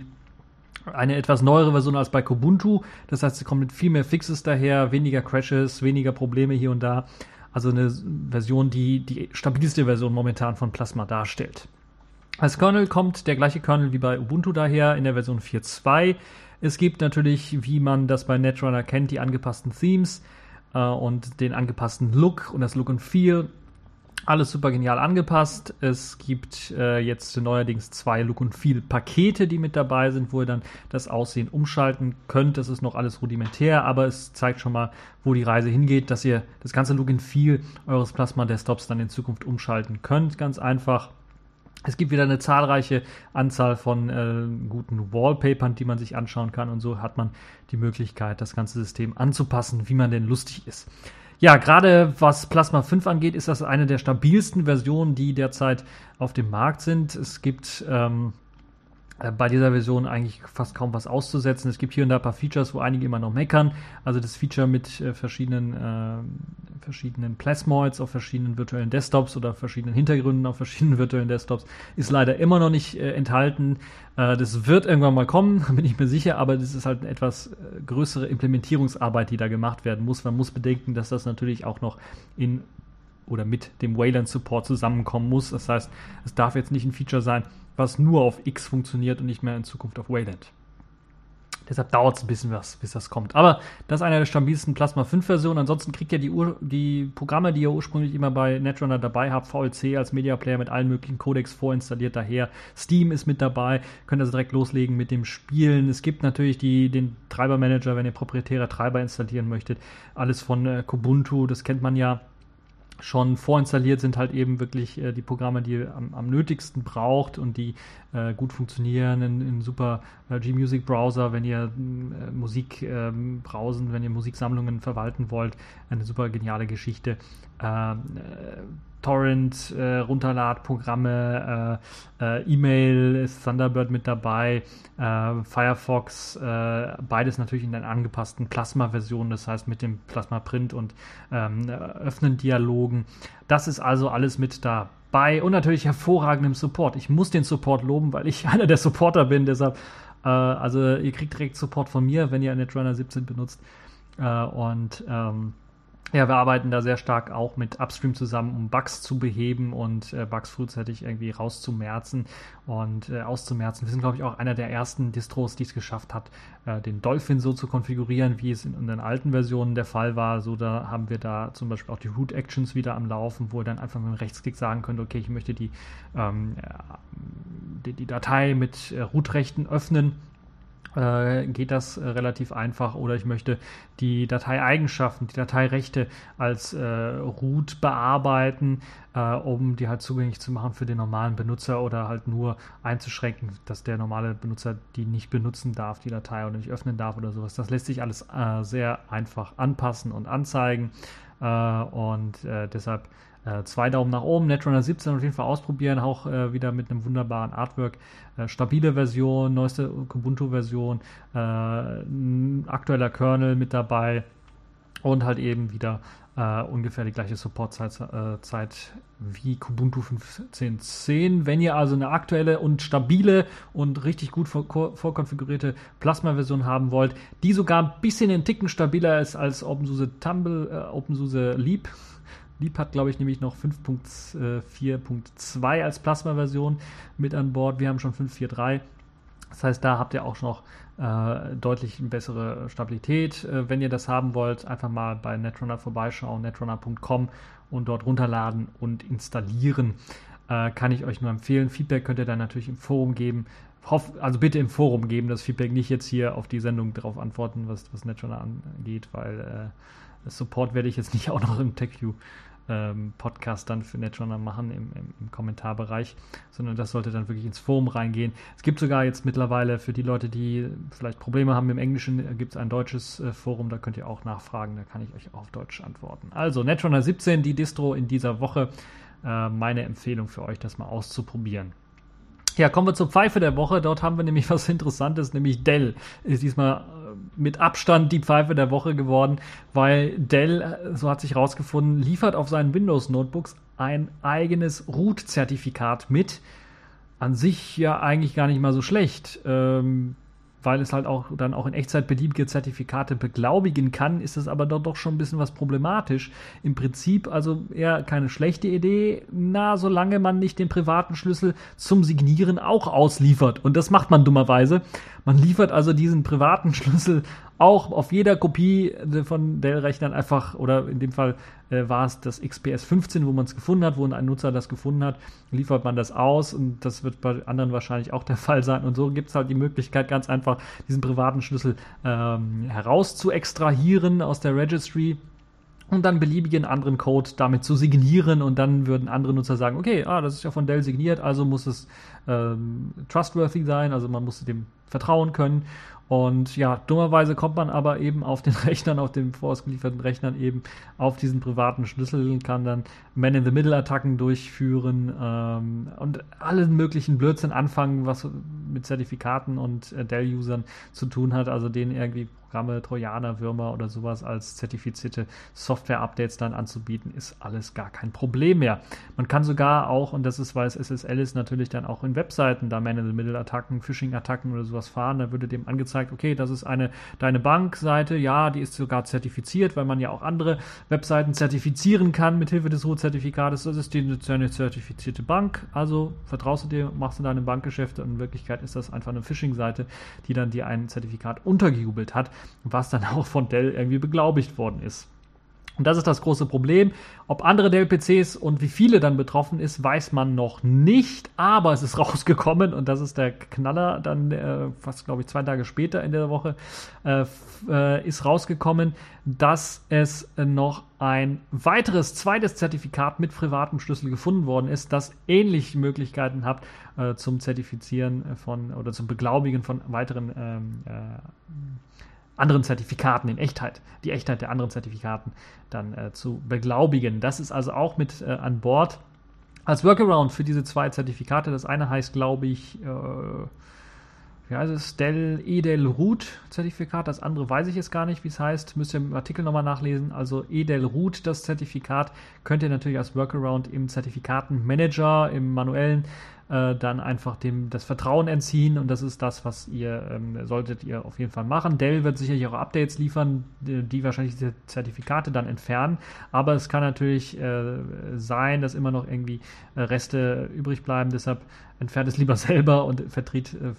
eine etwas neuere Version als bei Kubuntu. Das heißt, sie kommt mit viel mehr Fixes daher, weniger Crashes, weniger Probleme hier und da. Also eine Version, die die stabilste Version momentan von Plasma darstellt. Als Kernel kommt der gleiche Kernel wie bei Ubuntu daher in der Version vier Punkt zwei. Es gibt natürlich, wie man das bei Netrunner kennt, die angepassten Themes äh, und den angepassten Look und das Look and Feel. Alles super genial angepasst. Es gibt äh, jetzt neuerdings zwei Look and Feel Pakete, die mit dabei sind, wo ihr dann das Aussehen umschalten könnt. Das ist noch alles rudimentär, aber es zeigt schon mal, wo die Reise hingeht, dass ihr das ganze Look and Feel eures Plasma Desktops dann in Zukunft umschalten könnt. Ganz einfach. Es gibt wieder eine zahlreiche Anzahl von äh, guten Wallpapern, die man sich anschauen kann, und so hat man die Möglichkeit, das ganze System anzupassen, wie man denn lustig ist. Ja, gerade was Plasma fünf angeht, ist das eine der stabilsten Versionen, die derzeit auf dem Markt sind. Es gibt ähm, bei dieser Version eigentlich fast kaum was auszusetzen. Es gibt hier und da ein paar Features, wo einige immer noch meckern. Also das Feature mit äh, verschiedenen, äh, verschiedenen Plasmoids auf verschiedenen virtuellen Desktops oder verschiedenen Hintergründen auf verschiedenen virtuellen Desktops ist leider immer noch nicht äh, enthalten. Äh, das wird irgendwann mal kommen, bin ich mir sicher, aber das ist halt eine etwas äh, größere Implementierungsarbeit, die da gemacht werden muss. Man muss bedenken, dass das natürlich auch noch in oder mit dem Wayland-Support zusammenkommen muss. Das heißt, es darf jetzt nicht ein Feature sein, was nur auf X funktioniert und nicht mehr in Zukunft auf Wayland. Deshalb dauert es ein bisschen was, bis das kommt. Aber das ist eine der stabilsten Plasma fünf Versionen. Ansonsten kriegt ihr die, Ur- die Programme, die ihr ursprünglich immer bei Netrunner dabei habt, V L C als Media Player mit allen möglichen Codecs vorinstalliert daher. Steam ist mit dabei, könnt also direkt loslegen mit dem Spielen. Es gibt natürlich die, den Treibermanager, wenn ihr proprietäre Treiber installieren möchtet. Alles von äh, Kubuntu, das kennt man ja. Schon vorinstalliert sind halt eben wirklich äh, die Programme, die ihr am, am nötigsten braucht und die äh, gut funktionieren in, in super äh, G-Music-Browser, wenn ihr äh, Musik äh, browsen, wenn ihr Musiksammlungen verwalten wollt. Eine super geniale Geschichte. Äh, äh, Torrent, äh, Runterladprogramme, äh, äh, E-Mail ist Thunderbird mit dabei, äh, Firefox, äh, beides natürlich in den angepassten Plasma-Versionen, das heißt mit dem Plasma Print und ähm, öffnen Dialogen. Das ist also alles mit dabei und natürlich hervorragendem Support. Ich muss den Support loben, weil ich einer der Supporter bin, deshalb, äh, also ihr kriegt direkt Support von mir, wenn ihr Netrunner siebzehn benutzt äh, und ähm, ja, wir arbeiten da sehr stark auch mit Upstream zusammen, um Bugs zu beheben und äh, Bugs frühzeitig irgendwie rauszumerzen und äh, auszumerzen. Wir sind, glaube ich, auch einer der ersten Distros, die es geschafft hat, äh, den Dolphin so zu konfigurieren, wie es in unseren alten Versionen der Fall war. So, da haben wir da zum Beispiel auch die Root Actions wieder am Laufen, wo ihr dann einfach mit dem Rechtsklick sagen könnt, okay, ich möchte die, ähm, die, die Datei mit äh, Root-Rechten öffnen. Geht das äh, relativ einfach, oder ich möchte die Dateieigenschaften, die Dateirechte als äh, Root bearbeiten, äh, um die halt zugänglich zu machen für den normalen Benutzer oder halt nur einzuschränken, dass der normale Benutzer die nicht benutzen darf, die Datei, oder nicht öffnen darf oder sowas. Das lässt sich alles äh, sehr einfach anpassen und anzeigen äh, und äh, deshalb Äh, zwei Daumen nach oben, Netrunner siebzehn auf jeden Fall ausprobieren, auch äh, wieder mit einem wunderbaren Artwork. Äh, stabile Version, neueste Kubuntu-Version, äh, aktueller Kernel mit dabei und halt eben wieder äh, ungefähr die gleiche Supportzeit äh, Zeit wie Kubuntu fünfzehn Punkt zehn. Wenn ihr also eine aktuelle und stabile und richtig gut vor- vorkonfigurierte Plasma-Version haben wollt, die sogar ein bisschen einen Ticken stabiler ist als OpenSUSE Tumble, äh, OpenSUSE Leap. Leap hat, glaube ich, nämlich noch fünf Punkt vier Punkt zwei als Plasma-Version mit an Bord. Wir haben schon fünf Punkt vier Punkt drei. Das heißt, da habt ihr auch noch äh, deutlich bessere Stabilität. Äh, wenn ihr das haben wollt, einfach mal bei Netrunner vorbeischauen, netrunner Punkt com, und dort runterladen und installieren. Äh, kann ich euch nur empfehlen. Feedback könnt ihr dann natürlich im Forum geben. hoff, also bitte im Forum geben, das Feedback, nicht jetzt hier auf die Sendung drauf antworten, was, was Netrunner angeht, weil äh, das Support werde ich jetzt nicht auch noch im TechView ähm, Podcast dann für Netrunner machen im, im, im Kommentarbereich, sondern das sollte dann wirklich ins Forum reingehen. Es gibt sogar jetzt mittlerweile für die Leute, die vielleicht Probleme haben im Englischen, gibt es ein deutsches äh, Forum, da könnt ihr auch nachfragen, da kann ich euch auch auf Deutsch antworten. Also Netrunner siebzehn, die Distro in dieser Woche, äh, meine Empfehlung für euch, das mal auszuprobieren. Ja, kommen wir zur Pfeife der Woche. Dort haben wir nämlich was Interessantes, nämlich Dell ist diesmal mit Abstand die Pfeife der Woche geworden, weil Dell, so hat sich rausgefunden, liefert auf seinen Windows-Notebooks ein eigenes Root-Zertifikat mit. An sich ja eigentlich gar nicht mal so schlecht, ähm, weil es halt auch dann auch in Echtzeit beliebige Zertifikate beglaubigen kann, ist es aber dort doch schon ein bisschen was problematisch. Im Prinzip also eher keine schlechte Idee, na, solange man nicht den privaten Schlüssel zum Signieren auch ausliefert. Und das macht man dummerweise. Man liefert also diesen privaten Schlüssel auch auf jeder Kopie von Dell-Rechnern einfach, oder in dem Fall äh, war es das X P S fünfzehn, wo man es gefunden hat, wo ein Nutzer das gefunden hat, liefert man das aus, und das wird bei anderen wahrscheinlich auch der Fall sein. Und so gibt es halt die Möglichkeit, ganz einfach diesen privaten Schlüssel ähm, heraus zu extrahieren aus der Registry und dann beliebigen anderen Code damit zu signieren, und dann würden andere Nutzer sagen, okay, ah, das ist ja von Dell signiert, also muss es ähm, trustworthy sein, also man muss dem vertrauen können. Und ja, dummerweise kommt man aber eben auf den Rechnern, auf den vorausgelieferten Rechnern eben auf diesen privaten Schlüssel, kann dann Man-in-the-Middle-Attacken durchführen ähm, und allen möglichen Blödsinn anfangen, was mit Zertifikaten und äh, Dell-Usern zu tun hat, also denen irgendwie Programme, Trojaner, Würmer oder sowas als zertifizierte Software-Updates dann anzubieten, ist alles gar kein Problem mehr. Man kann sogar auch, und das ist, weil es S S L ist, natürlich dann auch in Webseiten da Man-in-the-Middle-Attacken, Phishing-Attacken oder sowas fahren, da würde dem angezeigt, okay, das ist eine deine Bankseite, ja, die ist sogar zertifiziert, weil man ja auch andere Webseiten zertifizieren kann mit Hilfe des Root-Zertifikates. Das ist die, eine zertifizierte Bank, also vertraust du dir, machst du deine Bankgeschäfte, und in Wirklichkeit ist das einfach eine Phishing-Seite, die dann dir ein Zertifikat untergejubelt hat, was dann auch von Dell irgendwie beglaubigt worden ist. Und das ist das große Problem. Ob andere Dell-P Cs und wie viele dann betroffen ist, weiß man noch nicht. Aber es ist rausgekommen, und das ist der Knaller, dann äh, fast, glaube ich, zwei Tage später in der Woche, äh, äh, ist rausgekommen, dass es äh, noch ein weiteres, zweites Zertifikat mit privatem Schlüssel gefunden worden ist, das ähnliche Möglichkeiten hat äh, zum Zertifizieren von oder zum Beglaubigen von weiteren ähm, äh, anderen Zertifikaten in Echtheit, die Echtheit der anderen Zertifikaten dann äh, zu beglaubigen. Das ist also auch mit äh, an Bord als Workaround für diese zwei Zertifikate. Das eine heißt, glaube ich, äh, wie heißt es, Dell eDel Root Zertifikat. Das andere weiß ich jetzt gar nicht, wie es heißt. Müsst ihr im Artikel nochmal nachlesen. Also eDel Root, das Zertifikat, könnt ihr natürlich als Workaround im Zertifikatenmanager, im manuellen, äh, dann einfach dem das Vertrauen entziehen, und das ist das, was ihr ähm, solltet ihr auf jeden Fall machen. Dell wird sicherlich auch Updates liefern, die, die wahrscheinlich diese Zertifikate dann entfernen, aber es kann natürlich äh, sein, dass immer noch irgendwie äh, Reste übrig bleiben, deshalb entfernt es lieber selber und vertritt, äh,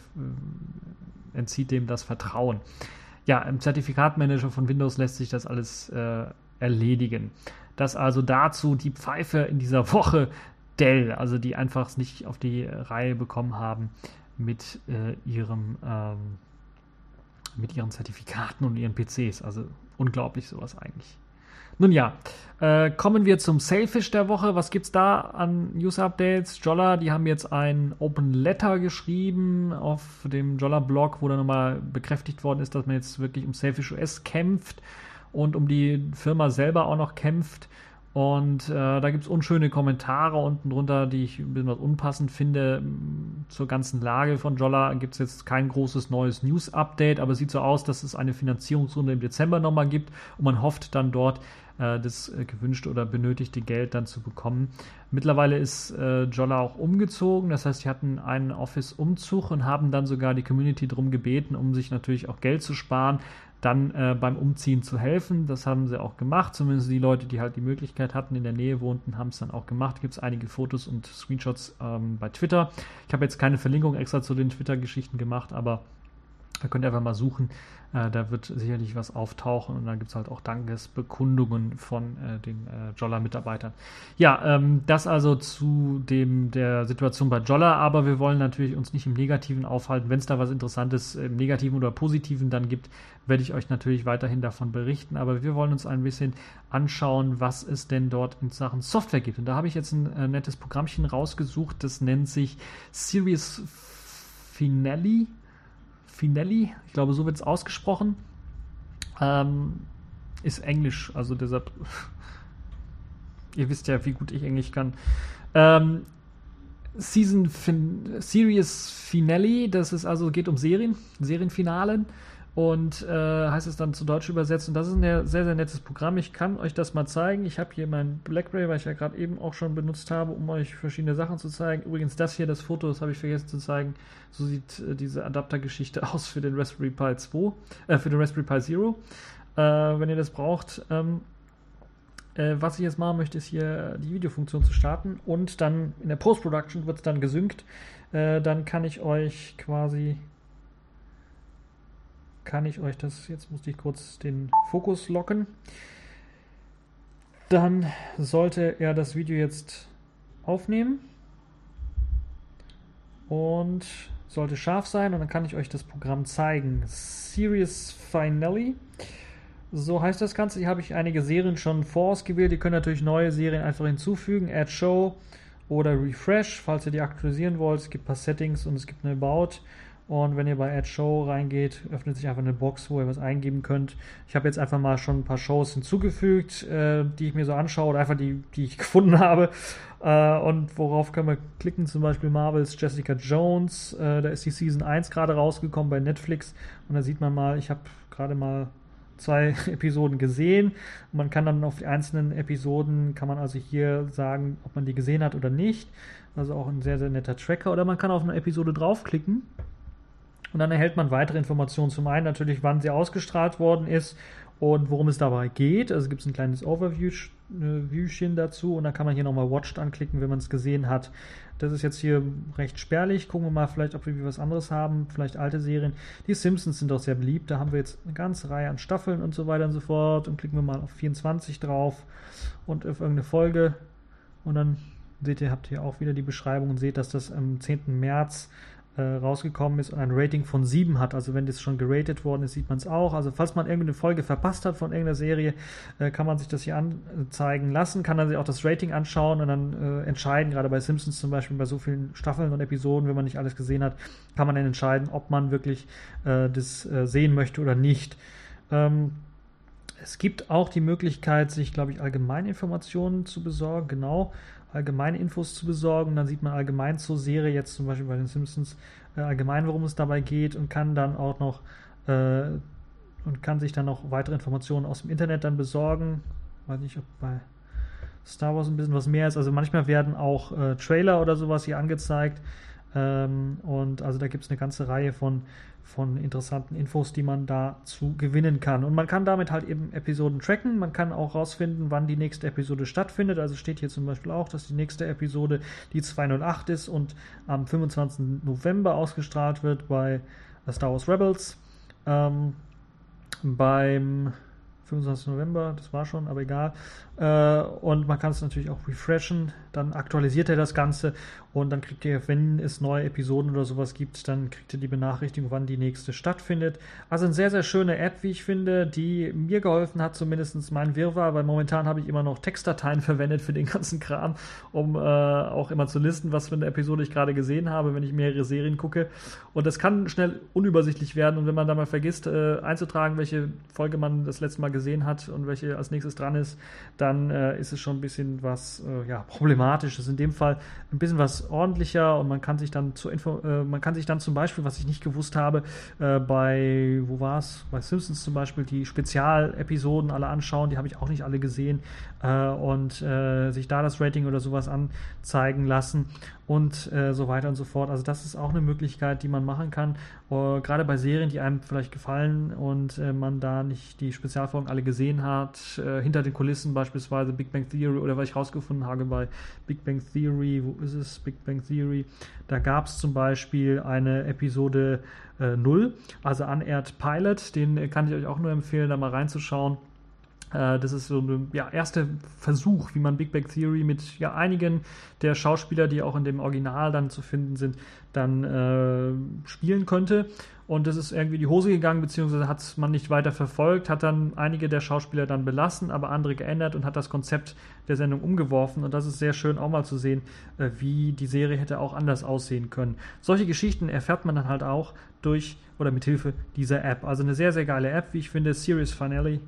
entzieht dem das Vertrauen. Ja, im Zertifikatmanager von Windows lässt sich das alles äh, erledigen. Das also dazu die Pfeife in dieser Woche. Dell, also die einfach es nicht auf die Reihe bekommen haben mit äh, ihrem ähm, mit ihren Zertifikaten und ihren P Cs. Also unglaublich sowas eigentlich. Nun ja, äh, kommen wir zum Sailfish der Woche. Was gibt's da an News-Updates? Jolla, die haben jetzt ein Open Letter geschrieben auf dem Jolla-Blog, wo dann nochmal bekräftigt worden ist, dass man jetzt wirklich um Sailfish O S kämpft und um die Firma selber auch noch kämpft. Und äh, da gibt es unschöne Kommentare unten drunter, die ich ein bisschen was unpassend finde. Zur ganzen Lage von Jolla gibt es jetzt kein großes neues News-Update, aber es sieht so aus, dass es eine Finanzierungsrunde im Dezember nochmal gibt, und man hofft dann dort, äh, das äh, gewünschte oder benötigte Geld dann zu bekommen. Mittlerweile ist äh, Jolla auch umgezogen, das heißt, sie hatten einen Office-Umzug und haben dann sogar die Community darum gebeten, um sich natürlich auch Geld zu sparen, dann äh, beim Umziehen zu helfen. Das haben sie auch gemacht, zumindest die Leute, die halt die Möglichkeit hatten, in der Nähe wohnten, haben es dann auch gemacht. Gibt es einige Fotos und Screenshots ähm, bei Twitter. Ich habe jetzt keine Verlinkung extra zu den Twitter-Geschichten gemacht, aber Da könnt ihr einfach mal suchen. Äh, da wird sicherlich was auftauchen und dann gibt es halt auch Dankesbekundungen von äh, den äh, Jolla-Mitarbeitern. Ja, ähm, das also zu dem der Situation bei Jolla, aber wir wollen natürlich uns nicht im Negativen aufhalten. Wenn es da was Interessantes im Negativen oder Positiven dann gibt, werde ich euch natürlich weiterhin davon berichten, aber wir wollen uns ein bisschen anschauen, was es denn dort in Sachen Software gibt. Und da habe ich jetzt ein äh, nettes Programmchen rausgesucht, das nennt sich Series Finale. Finelli, ich glaube, so wird es ausgesprochen, ähm, ist Englisch, also deshalb, ihr wisst ja, wie gut ich Englisch kann. Ähm, Season fin- Series Finale, das ist also, geht um Serien, Serienfinalen und äh, heißt es dann zu Deutsch übersetzt und das ist ein sehr, sehr nettes Programm. Ich kann euch das mal zeigen. Ich habe hier mein BlackBerry, weil ich ja gerade eben auch schon benutzt habe, um euch verschiedene Sachen zu zeigen. Übrigens das hier, das Foto, das habe ich vergessen zu zeigen. So sieht äh, diese Adaptergeschichte aus für den Raspberry Pi zwei, äh, für den Raspberry Pi Zero, äh, wenn ihr das braucht. Ähm, äh, was ich jetzt machen möchte, ist hier die Videofunktion zu starten und dann in der Post-Production wird es dann gesynkt. Äh, dann kann ich euch quasi kann ich euch das, jetzt musste ich kurz den Fokus locken. Dann sollte er das Video jetzt aufnehmen und sollte scharf sein und dann kann ich euch das Programm zeigen. Series Finale, so heißt das Ganze. Hier habe ich einige Serien schon vorausgewählt. Ihr könnt natürlich neue Serien einfach hinzufügen, Add Show oder Refresh, falls ihr die aktualisieren wollt. Es gibt ein paar Settings und es gibt eine About. Und wenn ihr bei Add Show reingeht, öffnet sich einfach eine Box, wo ihr was eingeben könnt. Ich habe jetzt einfach mal schon ein paar Shows hinzugefügt, äh, die ich mir so anschaue oder einfach die, die ich gefunden habe. Äh, und worauf können wir klicken? Zum Beispiel Marvel's Jessica Jones. Äh, da ist die Season eins gerade rausgekommen bei Netflix. Und da sieht man mal, ich habe gerade mal zwei Episoden gesehen. Und man kann dann auf die einzelnen Episoden, kann man also hier sagen, ob man die gesehen hat oder nicht. Also auch ein sehr, sehr netter Tracker. Oder man kann auf eine Episode draufklicken. Und dann erhält man weitere Informationen. Zum einen natürlich, wann sie ausgestrahlt worden ist und worum es dabei geht. Also gibt es ein kleines Overviewchen dazu und dann kann man hier nochmal Watched anklicken, wenn man es gesehen hat. Das ist jetzt hier recht spärlich. Gucken wir mal vielleicht, ob wir was anderes haben. Vielleicht alte Serien. Die Simpsons sind doch sehr beliebt. Da haben wir jetzt eine ganze Reihe an Staffeln und so weiter und so fort. Und klicken wir mal auf vierundzwanzig drauf und auf irgendeine Folge. Und dann seht ihr, habt ihr auch wieder die Beschreibung und seht, dass das am zehnten März rausgekommen ist und ein Rating von sieben hat. Also wenn das schon geratet worden ist, sieht man es auch. Also falls man irgendeine Folge verpasst hat von irgendeiner Serie, äh, kann man sich das hier anzeigen lassen, kann dann sich auch das Rating anschauen und dann äh, entscheiden, gerade bei Simpsons zum Beispiel, bei so vielen Staffeln und Episoden, wenn man nicht alles gesehen hat, kann man dann entscheiden, ob man wirklich äh, das äh, sehen möchte oder nicht. Ähm, es gibt auch die Möglichkeit, sich, glaube ich, Allgemeininformationen zu besorgen, genau, allgemeine Infos zu besorgen. Dann sieht man allgemein zur Serie, jetzt zum Beispiel bei den Simpsons, äh, allgemein, worum es dabei geht und kann dann auch noch äh, und kann sich dann noch weitere Informationen aus dem Internet dann besorgen. Weiß nicht, ob bei Star Wars ein bisschen was mehr ist. Also manchmal werden auch äh, Trailer oder sowas hier angezeigt. Ähm, und also da gibt es eine ganze Reihe von von interessanten Infos, die man dazu gewinnen kann. Und man kann damit halt eben Episoden tracken. Man kann auch rausfinden, wann die nächste Episode stattfindet. Also steht hier zum Beispiel auch, dass die nächste Episode die zweihundertacht ist und am fünfundzwanzigsten November ausgestrahlt wird bei Star Wars Rebels. Ähm, beim fünfundzwanzigsten November, das war schon, aber egal. Äh, und man kann es natürlich auch refreshen, dann aktualisiert er das Ganze und dann kriegt ihr, wenn es neue Episoden oder sowas gibt, dann kriegt ihr die Benachrichtigung, wann die nächste stattfindet. Also eine sehr, sehr schöne App, wie ich finde, die mir geholfen hat, zumindest mein Wirrwarr, weil momentan habe ich immer noch Textdateien verwendet für den ganzen Kram, um äh, auch immer zu listen, was für eine Episode ich gerade gesehen habe, wenn ich mehrere Serien gucke. Und das kann schnell unübersichtlich werden und wenn man da mal vergisst, äh, einzutragen, welche Folge man das letzte Mal gesehen hat und welche als nächstes dran ist, dann äh, ist es schon ein bisschen was äh, ja, Problematisches. In dem Fall ein bisschen was ordentlicher und man kann sich dann zur Info, äh, man kann sich dann zum Beispiel, was ich nicht gewusst habe, äh, bei, wo war es? Bei Simpsons zum Beispiel die Spezialepisoden alle anschauen, die habe ich auch nicht alle gesehen äh, und äh, sich da das Rating oder sowas anzeigen lassen. und äh, so weiter und so fort. Also das ist auch eine Möglichkeit, die man machen kann. Uh, gerade bei Serien, die einem vielleicht gefallen und äh, man da nicht die Spezialfolgen alle gesehen hat. Äh, hinter den Kulissen beispielsweise Big Bang Theory oder was ich rausgefunden habe bei Big Bang Theory, wo ist es? Big Bang Theory. Da gab es zum Beispiel eine Episode äh, null, also Unaired Pilot. Den äh, kann ich euch auch nur empfehlen, da mal reinzuschauen. Das ist so ein ja, erster Versuch, wie man Big Bang Theory mit ja, einigen der Schauspieler, die auch in dem Original dann zu finden sind, dann äh, spielen könnte. Und das ist irgendwie in die Hose gegangen, beziehungsweise hat man nicht weiter verfolgt, hat dann einige der Schauspieler dann belassen, aber andere geändert und hat das Konzept der Sendung umgeworfen. Und das ist sehr schön auch mal zu sehen, äh, wie die Serie hätte auch anders aussehen können. Solche Geschichten erfährt man dann halt auch durch oder mit Hilfe dieser App. Also eine sehr, sehr geile App, wie ich finde, Series Finale.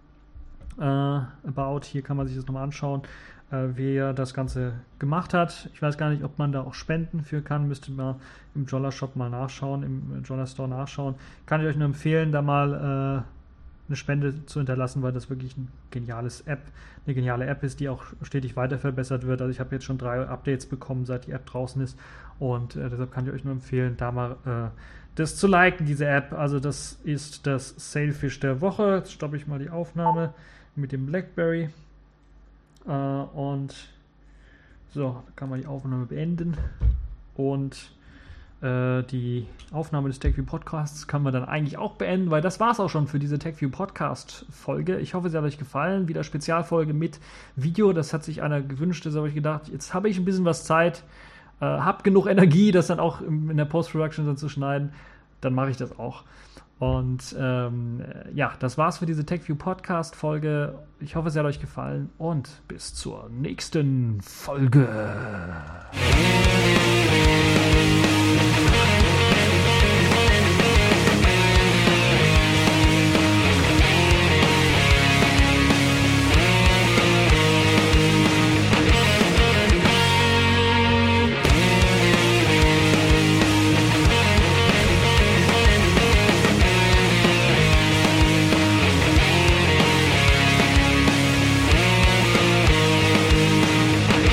Uh, about. Hier kann man sich das nochmal anschauen, uh, wer das Ganze gemacht hat. Ich weiß gar nicht, ob man da auch Spenden für kann. Müsste mal im Jolla Shop mal nachschauen, im Jolla Store nachschauen. Kann ich euch nur empfehlen, da mal uh, eine Spende zu hinterlassen, weil das wirklich ein geniales App, eine geniale App ist, die auch stetig weiter verbessert wird. Also ich habe jetzt schon drei Updates bekommen, seit die App draußen ist, und uh, deshalb kann ich euch nur empfehlen, da mal uh, das zu liken, diese App. Also das ist das Sailfish der Woche. Jetzt stoppe ich mal die Aufnahme mit dem BlackBerry äh, und so, da kann man die Aufnahme beenden und äh, die Aufnahme des TechView Podcasts kann man dann eigentlich auch beenden, weil das war es auch schon für diese TechView Podcast Folge. Ich hoffe, sie hat euch gefallen. Wieder Spezialfolge mit Video, das hat sich einer gewünscht, das habe ich gedacht, jetzt habe ich ein bisschen was Zeit, äh, habe genug Energie, das dann auch in der Post-Production dann zu schneiden, dann mache ich das auch. Und ähm, ja, das war's für diese TechView Podcast Folge. Ich hoffe, es hat euch gefallen und bis zur nächsten Folge.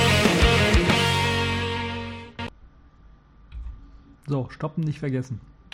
So, stoppen nicht vergessen.